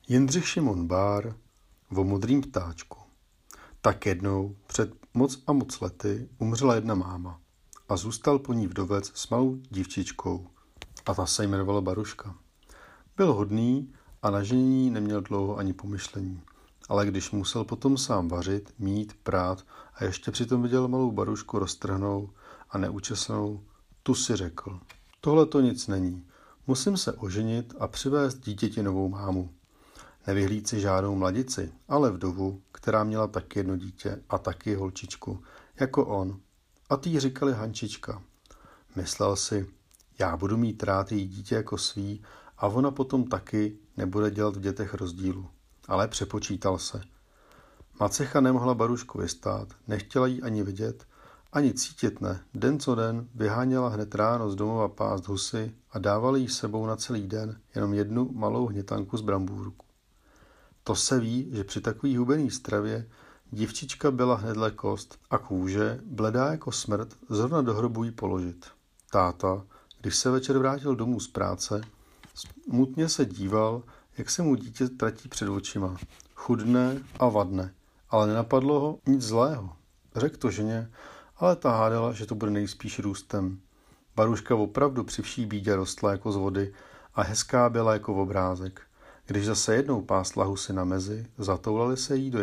Jindřich Šimon Bár o modrým ptáčku. Tak jednou před moc a moc lety umřela jedna máma a zůstal po ní vdovec s malou dívčičkou a ta se jmenovala Baruška. Byl hodný a na ženění neměl dlouho ani pomyšlení, ale když musel potom sám vařit, mít, prát a ještě přitom viděl malou Barušku roztrhnou a neučesanou, tu si řekl, tohle to nic není, musím se oženit a přivést dítěti novou mámu. Nevyhlíd si žádnou mladici, ale vdovu, která měla taky jedno dítě a taky holčičku, jako on. A ty jí říkali Hančička. Myslel si, já budu mít rád její dítě jako svý a ona potom taky nebude dělat v dětech rozdílu. Ale přepočítal se. Macecha nemohla Barušku vystát, nechtěla jí ani vidět, ani cítit ne. Den co den vyháněla hned ráno z domova pást husy a dávali jí sebou na celý den jenom jednu malou hnětanku z brambůrku. To se ví, že při takový hubený stravě dívčička byla hnedle kost a kůže, bledá jako smrt, zrovna do hrobu jí položit. Táta, když se večer vrátil domů z práce, smutně se díval, jak se mu dítě tratí před očima. Chudne a vadne, ale nenapadlo ho nic zlého. Řekl to ženě, ale ta hádala, že to bude nejspíš růstem. Baruška opravdu při vší bídě rostla jako z vody a hezká byla jako obrázek. Když zase jednou pásla husy na mezi, zatoulali se jí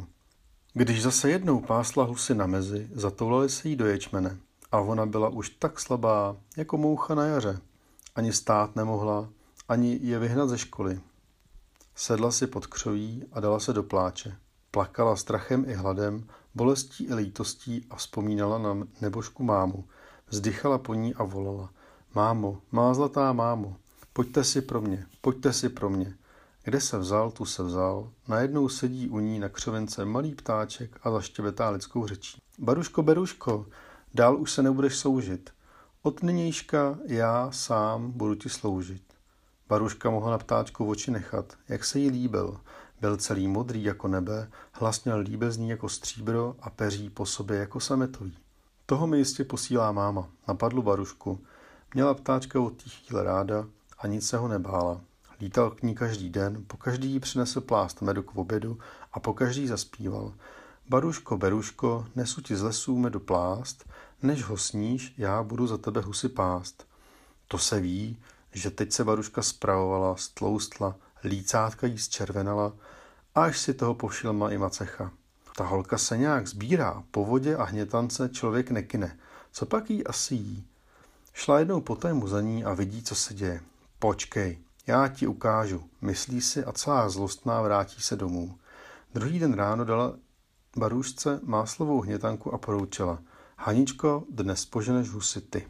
do ječmene. A ona byla už tak slabá, jako moucha na jaře. Ani stát nemohla, ani je vyhnat ze školy. Sedla si pod křoví a dala se do pláče. Plakala strachem i hladem, bolestí i lítostí a vzpomínala na nebožku mámu. Vzdychala po ní a volala. Mámo, má zlatá mámo, pojďte si pro mě. Kde se vzal, tu se vzal. Najednou sedí u ní na křovince malý ptáček a zaštěbetá lidskou řečí. Baruško, Beruško, dál už se nebudeš soužit. Od nynějška já sám budu ti sloužit. Baruška mohla na ptáčku oči nechat, jak se jí líbil. Byl celý modrý jako nebe, hlas měl líbezný jako stříbro a peří po sobě jako sametový. Toho mi jistě posílá máma, napadlo Barušku. Měla ptáčka od té chvíle ráda a nic se ho nebála. Lítal k ní každý den, pokaždý jí přinesl plást medu k obědu a pokaždý zaspíval. Baruško, Beruško, nesu ti z lesů medu plást, než ho sníš, já budu za tebe husy pást. To se ví, že teď se Baruška spravovala, stloustla, lícátka jí zčervenala, až si toho povšimla i Macecha. Ta holka se nějak sbírá, po vodě a hnětance člověk nekyne, co pak jí asi jí. Šla jednou potému za ní a vidí, co se děje. Počkej. Já ti ukážu, myslí si a celá zlostná vrátí se domů. Druhý den ráno dala Barušce máslovou hnětanku a poroučela. Haničko, dnes poženeš husy ty.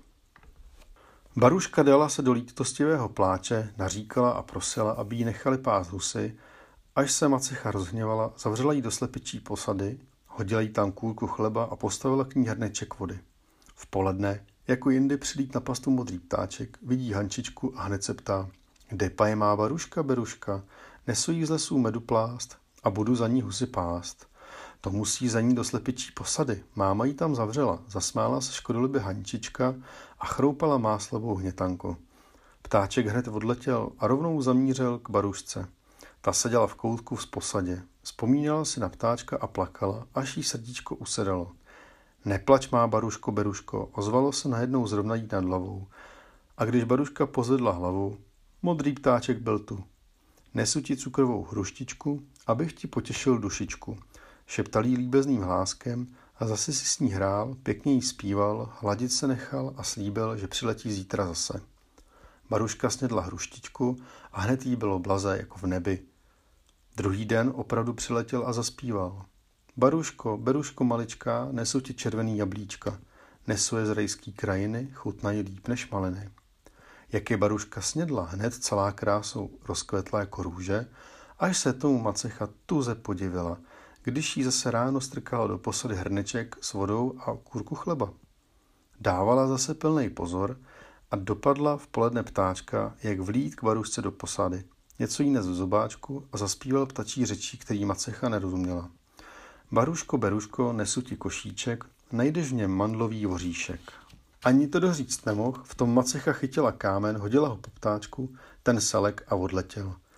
Baruška dala se do lítostivého pláče, naříkala a prosila, aby jí nechali pást husy, až se Macecha rozhněvala, zavřela jí do slepičí posady, hodila jí tam kůlku chleba a postavila k ní hrneček vody. V poledne, jako jindy přilít na pastu modrý ptáček, vidí Hančičku a hned se ptá. Kde pa je má Baruška, Beruška? Nesu jí z lesů medu plást a budu za ní husy pást. To musí za ní do slepičí posady. Máma jí tam zavřela, zasmála se škodolibě Hančička a chroupala máslovou hnětanku. Ptáček hned odletěl a rovnou zamířil k Barušce. Ta seděla v koutku v posadě. Vzpomínala si na ptáčka a plakala, až jí srdíčko usedalo. Neplač má Baruško, Beruško, ozvalo se najednou zrovna jí nad hlavou. A když Baruška pozvedla hlavu, modrý ptáček byl tu. Nesu ti cukrovou hruštičku, abych ti potěšil dušičku. Šeptal jí líbezným hláskem a zase si s ní hrál, pěkně jí zpíval, hladit se nechal a slíbil, že přiletí zítra zase. Baruška snědla hruštičku a hned jí bylo blaze jako v nebi. Druhý den opravdu přiletěl a zaspíval. Baruško, Beruško maličká, nesu ti červený jablíčka. Nesu je z rajský krajiny, chutnají líp než maliny. Jak je Baruška snědla, hned celá krásou rozkvetla jako růže, až se tomu Macecha tuze podivila, když jí zase ráno strkala do posady hrneček s vodou a kůrku chleba. Dávala zase plnej pozor a dopadla v poledne ptáčka, jak vlít k Barušce do posady. Něco jí nes v zobáčku a zaspíval ptačí řečí, který Macecha nerozuměla. Baruško, Beruško, nesu ti košíček, najdeš v něm mandlový voříšek. Ani to doříct nemohl, v tom Macecha chytila kámen, hodila ho po ptáčku, ten selek a odletěl.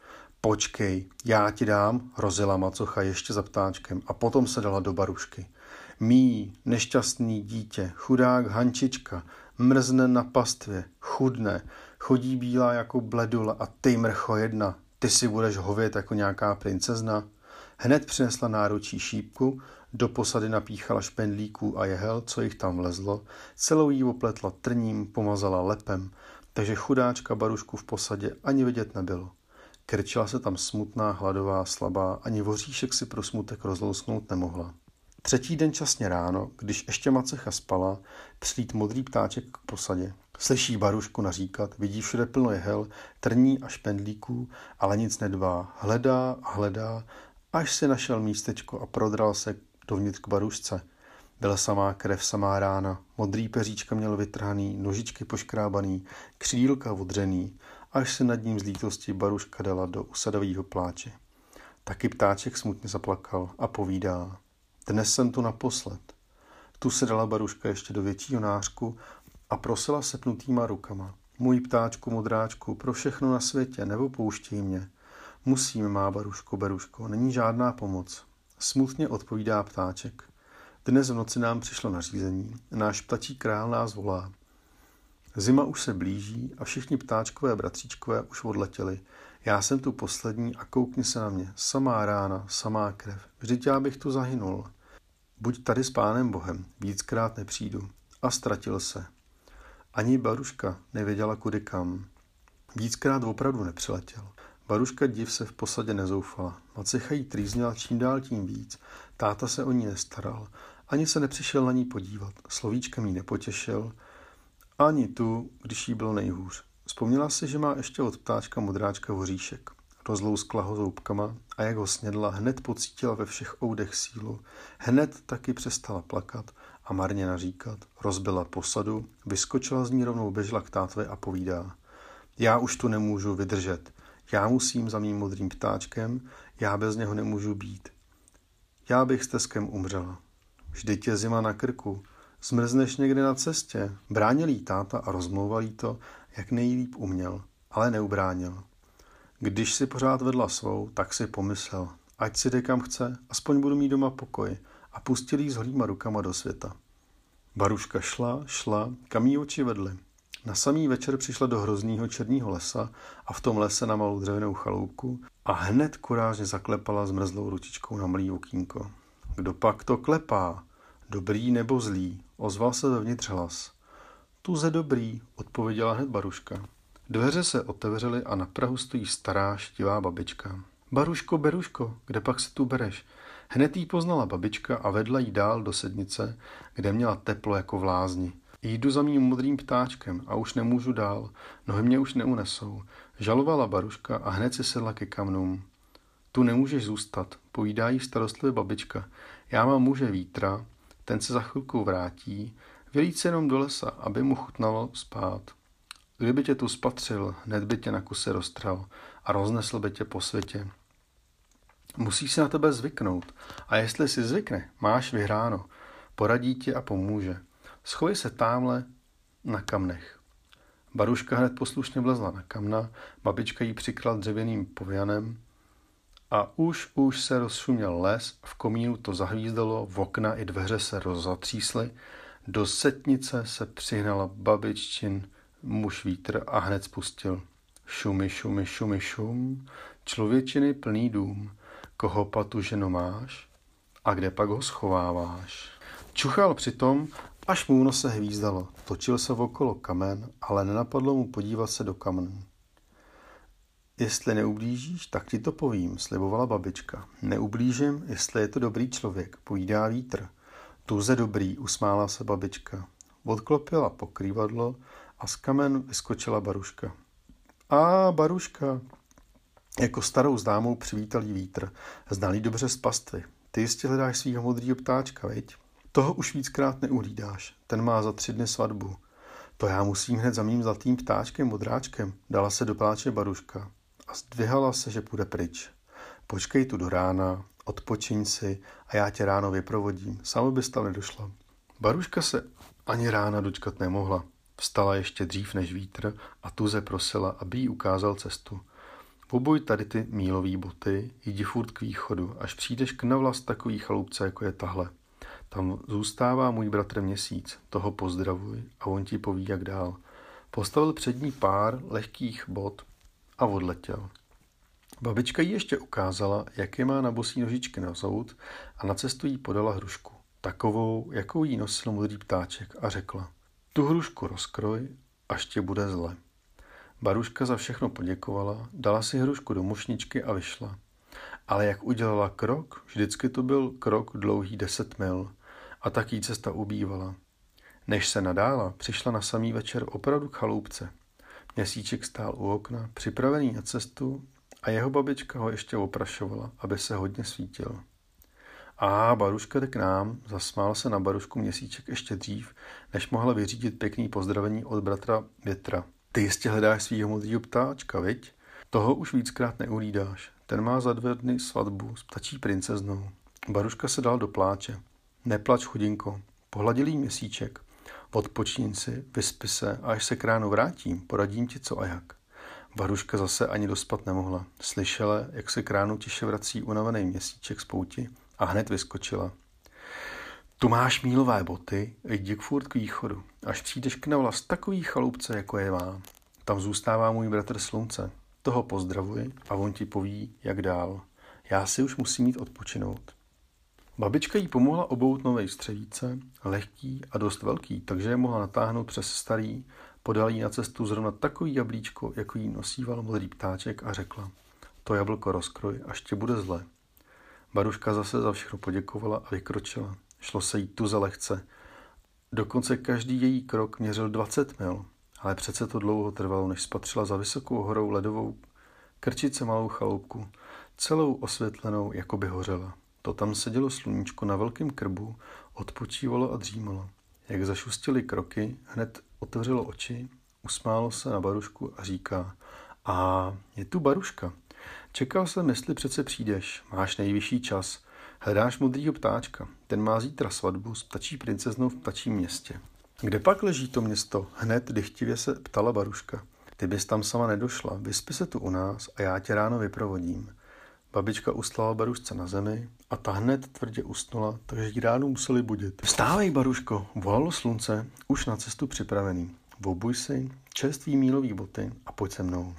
Počkej, já ti dám, hrozila macocha ještě za ptáčkem a potom se dala do Barušky. Mí, nešťastný dítě, chudák Hančička, mrzne na pastvě, chudne, chodí bílá jako bledula a ty mrcho jedna, ty si budeš hovět jako nějaká princezna. Hned přinesla náručí šípku, do posady napíchala špendlíků a jehel, co jich tam vlezlo, celou jí opletla trním, pomazala lepem, takže chudáčka Barušku v posadě ani vidět nebylo. Krčila se tam smutná, hladová, slabá, ani voříšek si pro smutek rozlousknout nemohla. Třetí den časně ráno, když ještě macecha spala, přilít modrý ptáček k posadě. Slyší Barušku naříkat, vidí všude plno jehel, trní a špendlíků, ale nic nedbá. Hledá a hledá, až si našel místečko a prodral se dovnitř k Barušce. Byla samá krev, samá rána, modrý peříčka měl vytrhaný, nožičky poškrábaný, křídlka odřený, až se nad ním z lítosti Baruška dala do usadového pláče. Taky ptáček smutně zaplakal a povídá: Dnes jsem tu naposled. Tu se dala Baruška ještě do většího nářku a prosila sepnutýma rukama: Můj ptáčku, modráčku, pro všechno na světě, neopouštěj mě. Musím, má Baruško, Beruško, není žádná pomoc. Smutně odpovídá ptáček. Dnes v noci nám přišlo nařízení, náš ptačí král nás volá. Zima už se blíží a všichni ptáčkové bratříčkové už odletěli. Já jsem tu poslední a koukni se na mě, samá rána, samá krev, vždyť já bych tu zahynul. Buď tady s Pánem Bohem, víckrát nepřijdu. A ztratil se. Ani Baruška nevěděla kudy kam. Víckrát opravdu nepřiletěl. Baruška div se v posadě nezoufala. Macecha jí trýznila čím dál tím víc. Táta se o ní nestaral. Ani se nepřišel na ní podívat. Slovíčkem jí nepotěšil. Ani tu, když jí bylo nejhůř. Vzpomněla si, že má ještě od ptáčka modráčka voříšek. Rozlouskla ho zoubkama a jak ho snědla, hned pocítila ve všech oudech sílu. Hned taky přestala plakat a marně naříkat. Rozbila posadu, vyskočila z ní rovnou, běžela k tátve a povídá: Já už tu nemůžu vydržet. Já musím za mým modrým ptáčkem, já bez něho nemůžu být. Já bych s Teskem umřela. Vždyť je zima na krku. Zmrzneš někde na cestě. Bránil jí táta a rozmlouval jí to, jak nejlíp uměl, ale neubránil. Když si pořád vedla svou, tak si pomyslel, ať si jde kam chce, aspoň budu mít doma pokoj, a pustil jí s holýma rukama do světa. Baruška šla, kam jí oči vedly. Na samý večer přišla do hroznýho černého lesa a v tom lese na malou dřevěnou chaloupku a hned kurážně zaklepala zmrzlou ručičkou na malý okýnko. Kdo pak to klepá? Dobrý nebo zlý? Ozval se zevnitř hlas. Tuze dobrý, odpověděla hned Baruška. Dveře se otevřely a na prahu stojí stará šedivá babička. Baruško, Beruško, kde pak se tu bereš? Hned jí poznala babička a vedla jí dál do sednice, kde měla teplo jako v lázni. Jdu za mým modrým ptáčkem a už nemůžu dál, nohy mě už neunesou. Žalovala Baruška a hned si sedla ke kamnům. Tu nemůžeš zůstat, povídá jí starostlivě babička. Já mám muže Vítra, ten se za chvilku vrátí, vylít se jenom do lesa, aby mu chutnalo spát. Kdyby tě tu spatřil, hned by tě na kusy roztrhal a roznesl by tě po světě. Musíš si na tebe zvyknout a jestli si zvykne, máš vyhráno. Poradí ti a pomůže. Schovej se támhle na kamnech. Baruška hned poslušně vlezla na kamna, babička jí přikryla dřevěným pověnem a už se rozšuměl les, v komínu to zahvízdalo, v okna i dveře se rozatřísly, do setnice se přihnala babiččin muž Vítr a hned spustil. Šumy, šumy, šumy, šum, člověčiny plný dům, koho patu ženo máš a kde pak ho schováváš. Čuchal přitom, až mu v nose hvízdalo, točil se okolo kamen, ale nenapadlo mu podívat se do kamenů. Jestli neublížíš, tak ti to povím, slibovala babička. Neublížím, jestli je to dobrý člověk, povídá Vítr. Tuze dobrý, usmála se babička. Odklopila pokrývadlo a z kamen vyskočila Baruška. A Baruška, jako starou známou přivítal jí Vítr. Znal jí dobře z pastvy. Ty jistě hledáš svýho modrýho ptáčka, viď? Toho už víckrát neuhlídáš. Ten má za 3 dny svatbu. To já musím hned za mým zlatým ptáčkem, modráčkem. Dala se do pláče Baruška a zdvihala se, že půjde pryč. Počkej tu do rána, odpočiň si a já tě ráno vyprovodím. Sama bys tam nedošla. Baruška se ani rána dočkat nemohla. Vstala ještě dřív než Vítr a tuze prosila, aby jí ukázal cestu. Obuj tady ty mílový boty, jdi furt k východu, až přijdeš k na vlast takový chalupce, jako je tahle. Tam zůstává můj bratr Měsíc, toho pozdravuj a on ti poví, jak dál. Postavil před ní pár lehkých bot a odletěl. Babička jí ještě ukázala, jaké má na bosí nožičky na zout a na cestu jí podala hrušku. Takovou, jakou jí nosil modrý ptáček a řekla: tu hrušku rozkroj, až ti bude zle. Baruška za všechno poděkovala, dala si hrušku do mošničky a vyšla. Ale jak udělala krok, vždycky to byl krok dlouhý 10 mil a tak jí cesta ubývala. Než se nadála, přišla na samý večer opravdu k chaloupce. Měsíček stál u okna, připravený na cestu a jeho babička ho ještě oprašovala, aby se hodně svítil. A Baruška jde k nám, zasmál se na Barušku Měsíček ještě dřív, než mohla vyřídit pěkný pozdravení od bratra Větra. Ty jistě hledáš svýho modrýho ptáčka, viď? Toho už víckrát neuhlídáš. Ten má za 2 dny svatbu s ptačí princeznou. Baruška se dal do pláče. Neplač, chudinko, pohladil jí Měsíček. Odpočíň si, vyspi se a až se k ránu vrátím, poradím ti co a jak. Baruška zase ani dospat nemohla. Slyšela, jak se k ránu tiše vrací unavený Měsíček z pouti a hned vyskočila. Tu máš mílové boty, jdi furt k východu, až přijdeš k na vlast takový chalupce, jako je má. Tam zůstává můj bratr Slunce. Toho pozdravuj a on ti poví, jak dál. Já si už musím jít odpočinout. Babička jí pomohla obout nové střevíce, lehký a dost velký, takže je mohla natáhnout přes starý, podal jí na cestu zrovna takový jablíčko, jako jí nosíval modrý ptáček a řekla: to jablko rozkroj, až ti bude zle. Baruška zase za všechno poděkovala a vykročila. Šlo se jí tuze lehce. Dokonce každý její krok měřil 20 mil, ale přece to dlouho trvalo, než spatřila za vysokou horou ledovou krčice malou chaloupku, celou osvětlenou, jako by hořela. To tam sedělo sluníčko na velkém krbu, odpočívalo a dřímalo. Jak zašustily kroky, hned otevřelo oči, usmálo se na Barušku a říká: a je tu Baruška. Čekal jsem, jestli přece přijdeš, máš nejvyšší čas. Hledáš modrýho ptáčka, ten má zítra svatbu s ptačí princeznou v ptačím městě. Kde pak leží to město? Hned dychtivě se ptala Baruška. Ty bys tam sama nedošla, vyspi se tu u nás a já tě ráno vyprovodím. Babička uslala Barušce na zemi a ta hned tvrdě usnula, takže ji ráno museli budit. Vstávej, Baruško, volalo Slunce, už na cestu připravený. Obuj si čerstvý mílový boty a pojď se mnou.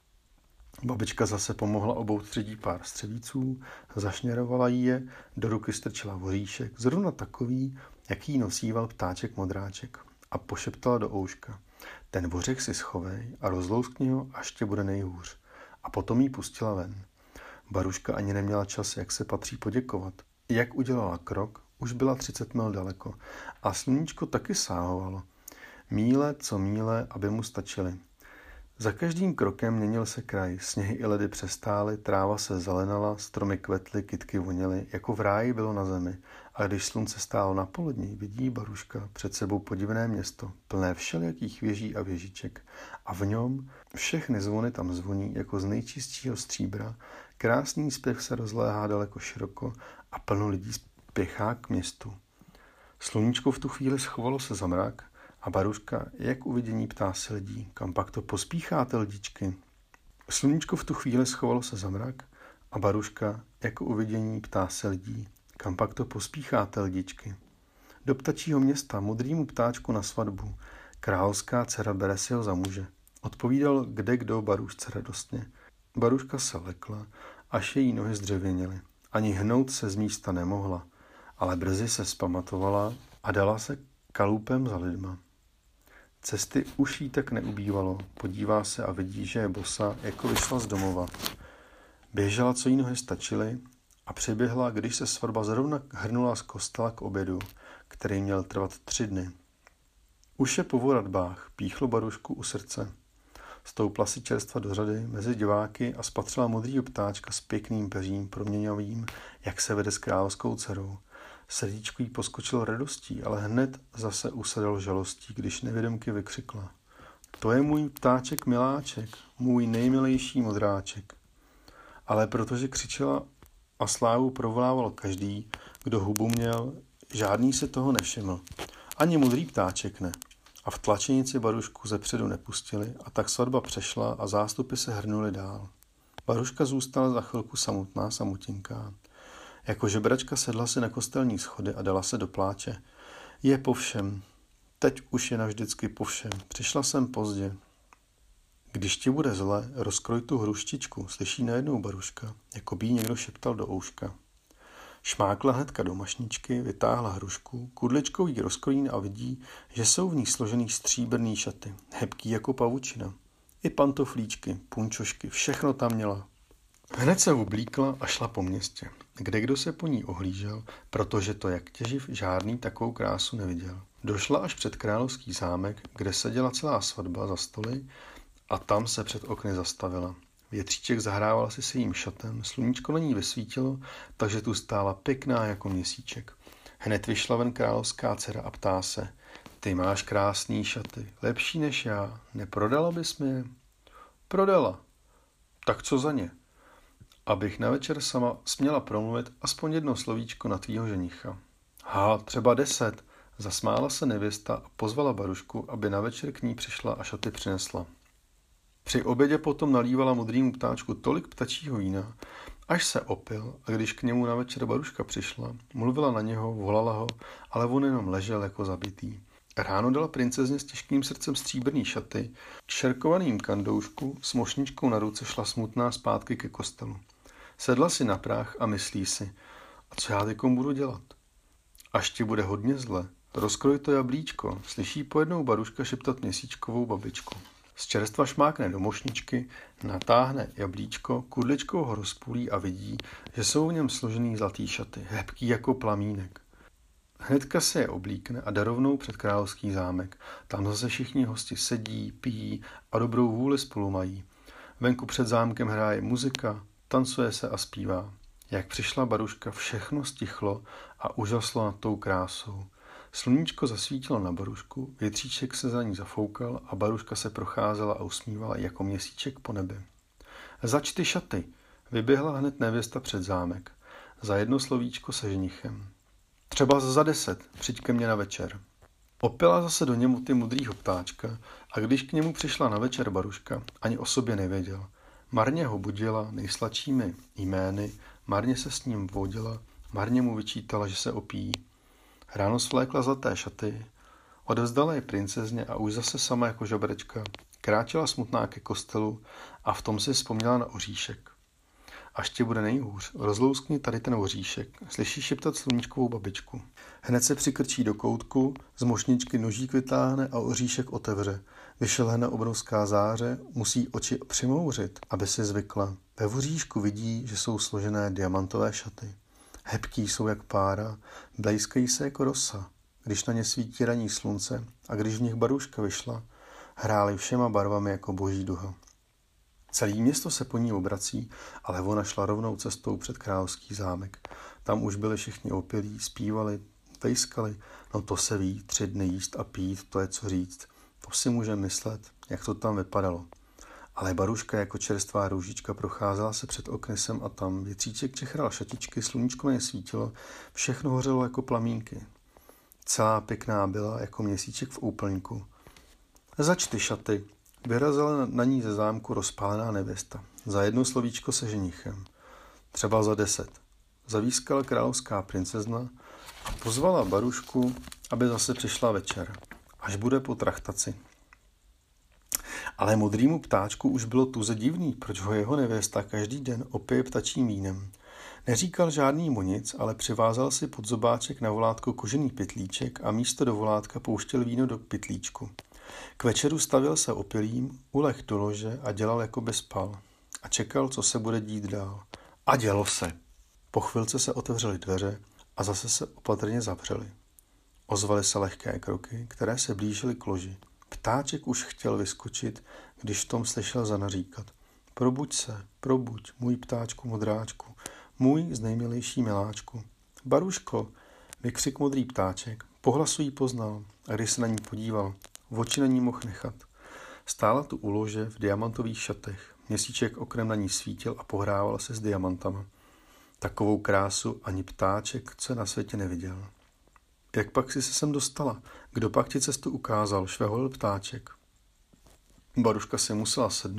Babička zase pomohla obout třetí pár střevíců, zašněrovala jí je, do ruky strčila voříšek, zrovna takový, jaký nosíval ptáček Modráček, a pošeptala do ouška: ten vořek si schovej a rozlouskni ho, až tě bude nejhůř. A potom jí pustila ven. Baruška ani neměla čas, jak se patří, poděkovat. Jak udělala krok, už byla 30 mil daleko a sluníčko taky sáhovalo. Míle co míle, aby mu stačily. Za každým krokem měnil se kraj, sněhy i ledy přestály, tráva se zelenala, stromy kvetly, kytky voněly, jako v ráji bylo na zemi. A když slunce stálo na polodni, vidí Baruška před sebou podivné město, plné všelijakých věží a věžiček. A v něm všechny zvony tam zvoní jako z nejčistšího stříbra, krásný zpěv se rozléhá daleko široko a plno lidí spěchá k městu. Sluníčko v tu chvíli schovalo se za mrak a Baruška, jak u vidění, ptá se lidí: kam pak to pospícháte, lidičky? Sluníčko v tu chvíli schovalo se za mrak a Baruška, jako u vidění, ptá se lidí: kam pak to pospícháte, lidičky? Do ptačího města, modrýmu ptáčku na svatbu. Královská dcera bere si ho za muže. Odpovídal kde kdo Barušce radostně. Baruška se lekla, až její nohy zdřevěněly. Ani hnout se z místa nemohla, ale brzy se vzpamatovala a dala se kalupem za lidma. Cesty už jí tak neubývalo, podívá se a vidí, že je bosa, jako vyšla z domova. Běžela, co jí nohy stačily, a přiběhla, když se svatba zrovna hrnula z kostela k obědu, který měl trvat 3 dny. Už je po voradbách, píchlo Barušku u srdce. Stoupla si čerstva do řady mezi diváky a spatřila modrýho ptáčka s pěkným peřím proměňavým, jak se vede s královskou dcerou. Srdíčko jí poskočilo radostí, ale hned zase usedal žalostí, když nevědomky vykřikla: to je můj ptáček miláček, můj nejmilejší Modráček. Ale protože křičela a slávu provolával každý, kdo hubu měl, žádný se toho nevšiml. Ani modrý ptáček ne. A v tlačenici Barušku zepředu nepustili a tak svatba přešla a zástupy se hrnuly dál. Baruška zůstala za chvilku samotná, samotinká. Jako žebračka sedla si na kostelní schody a dala se do pláče. Je po všem. Teď už je navždycky po všem. Přišla jsem pozdě. Když ti bude zle, rozkroj tu hruštičku, slyší najednou Baruška, jako by jí někdo šeptal do ouška. Šmákla hnedka do mašničky, vytáhla hrušku, kudličkou jí rozkrojí a vidí, že jsou v ní složený stříbrný šaty, hebký jako pavučina. I pantoflíčky, punčošky, všechno tam měla. Hned se oblíkla a šla po městě. Kdekdo se po ní ohlížel, protože to jak těživ žádný takovou krásu neviděl. Došla až před královský zámek, kde seděla celá svatba za stoly a tam se před okny zastavila. Větříček zahrával si se jím šatem, sluníčko na ní vysvítilo, takže tu stála pěkná jako měsíček. Hned vyšla ven královská dcera a ptá se, ty máš krásný šaty, lepší než já, neprodala bys mi je? Prodala. Tak co za ně? Abych na večer sama směla promluvit aspoň jedno slovíčko na tvýho ženicha. Třeba 10, zasmála se nevěsta a pozvala Barušku, aby na večer k ní přišla a šaty přinesla. Při obědě potom nalívala modrýmu ptáčku tolik ptačího vína, až se opil a když k němu na večer Baruška přišla, mluvila na něho, volala ho, ale on jenom ležel jako zabitý. Ráno dala princezně s těžkým srdcem stříbrný šaty, šerkovaným kandoušku, s mošničkou na ruce šla smutná zpátky ke kostelu. Sedla si na práh a myslí si, a co já teďkom budu dělat? Až ti bude hodně zle, rozkroj to jablíčko, slyší pojednou Baruška šeptat měsíčkovou babičku. Z čerstva šmákne do mošničky, natáhne jablíčko, kudličkou ho rozpůlí a vidí, že jsou v něm složený zlatý šaty, hebký jako plamínek. Hnedka se je oblíkne a jde rovnou před královský zámek. Tam zase všichni hosti sedí, pijí a dobrou vůli spolu mají. Venku před zámkem hraje muzika, tancuje se a zpívá. Jak přišla Baruška, všechno stichlo a užaslo nad tou krásou. Sluníčko zasvítilo na Barušku, větříček se za ní zafoukal a Baruška se procházela a usmívala jako měsíček po nebi. Zač ty šaty, vyběhla hned nevěsta před zámek. Za jedno slovíčko se ženichem. Třeba za 10, přijď ke mně na večer. Opila zase do němu modrýho ptáčka a když k němu přišla na večer Baruška, ani o sobě nevěděl. Marně ho budila nejsladšími jmény, marně se s ním vodila, marně mu vyčítala, že se opíjí. Ráno svlékla zlaté šaty, odevzdala je princezně a už zase sama jako žabrečka kráčela smutná ke kostelu a v tom si vzpomněla na oříšek. Až ti bude nejhůř, rozlouskni tady ten oříšek, slyší šeptat sluníčkovou babičku. Hned se přikrčí do koutku, z mošničky nožík vytáhne a oříšek otevře. Vyšelhne obrovská záře, musí oči přimouřit, aby si zvykla. Ve oříšku vidí, že jsou složené diamantové šaty. Hebký jsou jak pára, blejskají se jako rosa. Když na ně svítí ranní slunce a když v nich Baruška vyšla, hrály všema barvami jako boží duha. Celý město se po ní obrací, ale ona šla rovnou cestou před královský zámek. Tam už byli všichni opilí, zpívali, tejskali, no to se ví, 3 dny jíst a pít, to je co říct. To si může myslet, jak to tam vypadalo. Ale Baruška jako čerstvá růžička procházela se před okny sem a tam, větříček čechral šatičky, sluníčko na ně svítilo, všechno hořelo jako plamínky. Celá pěkná byla jako měsíček v úplňku. Zač ty šaty, vyrazila na ní ze zámku rozpálená nevěsta. Za jedno slovíčko se ženichem. Třeba za 10. Zavískala královská princezna a pozvala Barušku, aby zase přišla večer, až bude po trachtaci. Ale modrýmu ptáčku už bylo tuze divný, proč ho jeho nevěsta každý den opije ptačím vínem. Neříkal žádnýmu nic, ale přivázal si pod zobáček na volátko kožený pytlíček a místo do volátka pouštěl víno do pytlíčku. K večeru stavil se opilým, uleh do lože a dělal, jako by spal. A čekal, co se bude dít dál. A dělo se. Po chvilce se otevřely dveře a zase se opatrně zavřely. Ozvaly se lehké kroky, které se blížily k loži. Ptáček už chtěl vyskočit, když v tom slyšel zanaříkat. Probuď se, probuď, můj ptáčku modráčku, můj znejmilejší miláčku. Baruško, vykřik modrý ptáček, pohlasu jí poznal a když se na ní podíval, v oči na ní mohl nechat. Stála tu u lože v diamantových šatech, měsíček okrem na ní svítil a pohrával se s diamantama. Takovou krásu ani ptáček, co na světě neviděl. Jak pak si se sem dostala? Kdo pak ti cestu ukázal? Šveholil ptáček. Baruška si musela sednout,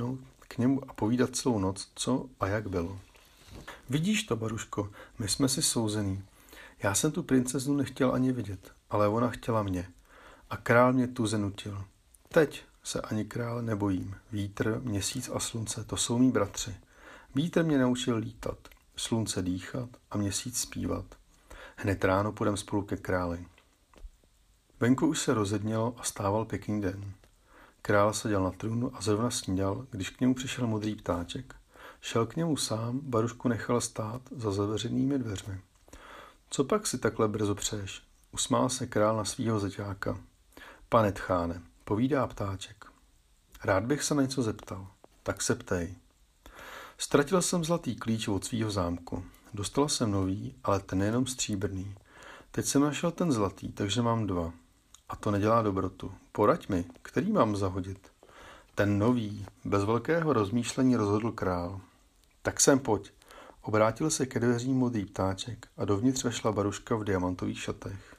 k němu a povídat celou noc, co a jak bylo. Vidíš to, Baruško, my jsme si souzení. Já jsem tu princeznu nechtěl ani vidět, ale ona chtěla mě. A král mě tuze nutil. Teď se ani král nebojím. Vítr, měsíc a slunce, to jsou mý bratři. Vítr mě naučil lítat, slunce dýchat a měsíc zpívat. Hned ráno půjdem spolu ke králi. Venku už se rozednělo a stával pěkný den. Král seděl na trůnu a zrovna snídal, když k němu přišel modrý ptáček. Šel k němu sám, Barušku nechal stát za zavřenými dveřmi. Co pak si takhle brzo přeješ? Usmál se král na svýho zeťáka. Pane tcháne, povídá ptáček. Rád bych se na něco zeptal. Tak se ptej. Ztratil jsem zlatý klíč od svýho zámku. Dostal jsem nový, ale ten je jenom stříbrný. Teď jsem našel ten zlatý, takže mám 2. A to nedělá dobrotu. Poraď mi, který mám zahodit? Ten nový, bez velkého rozmýšlení rozhodl král. Tak sem pojď. Obrátil se ke dveřím modrý ptáček a dovnitř vešla Baruška v diamantových šatech.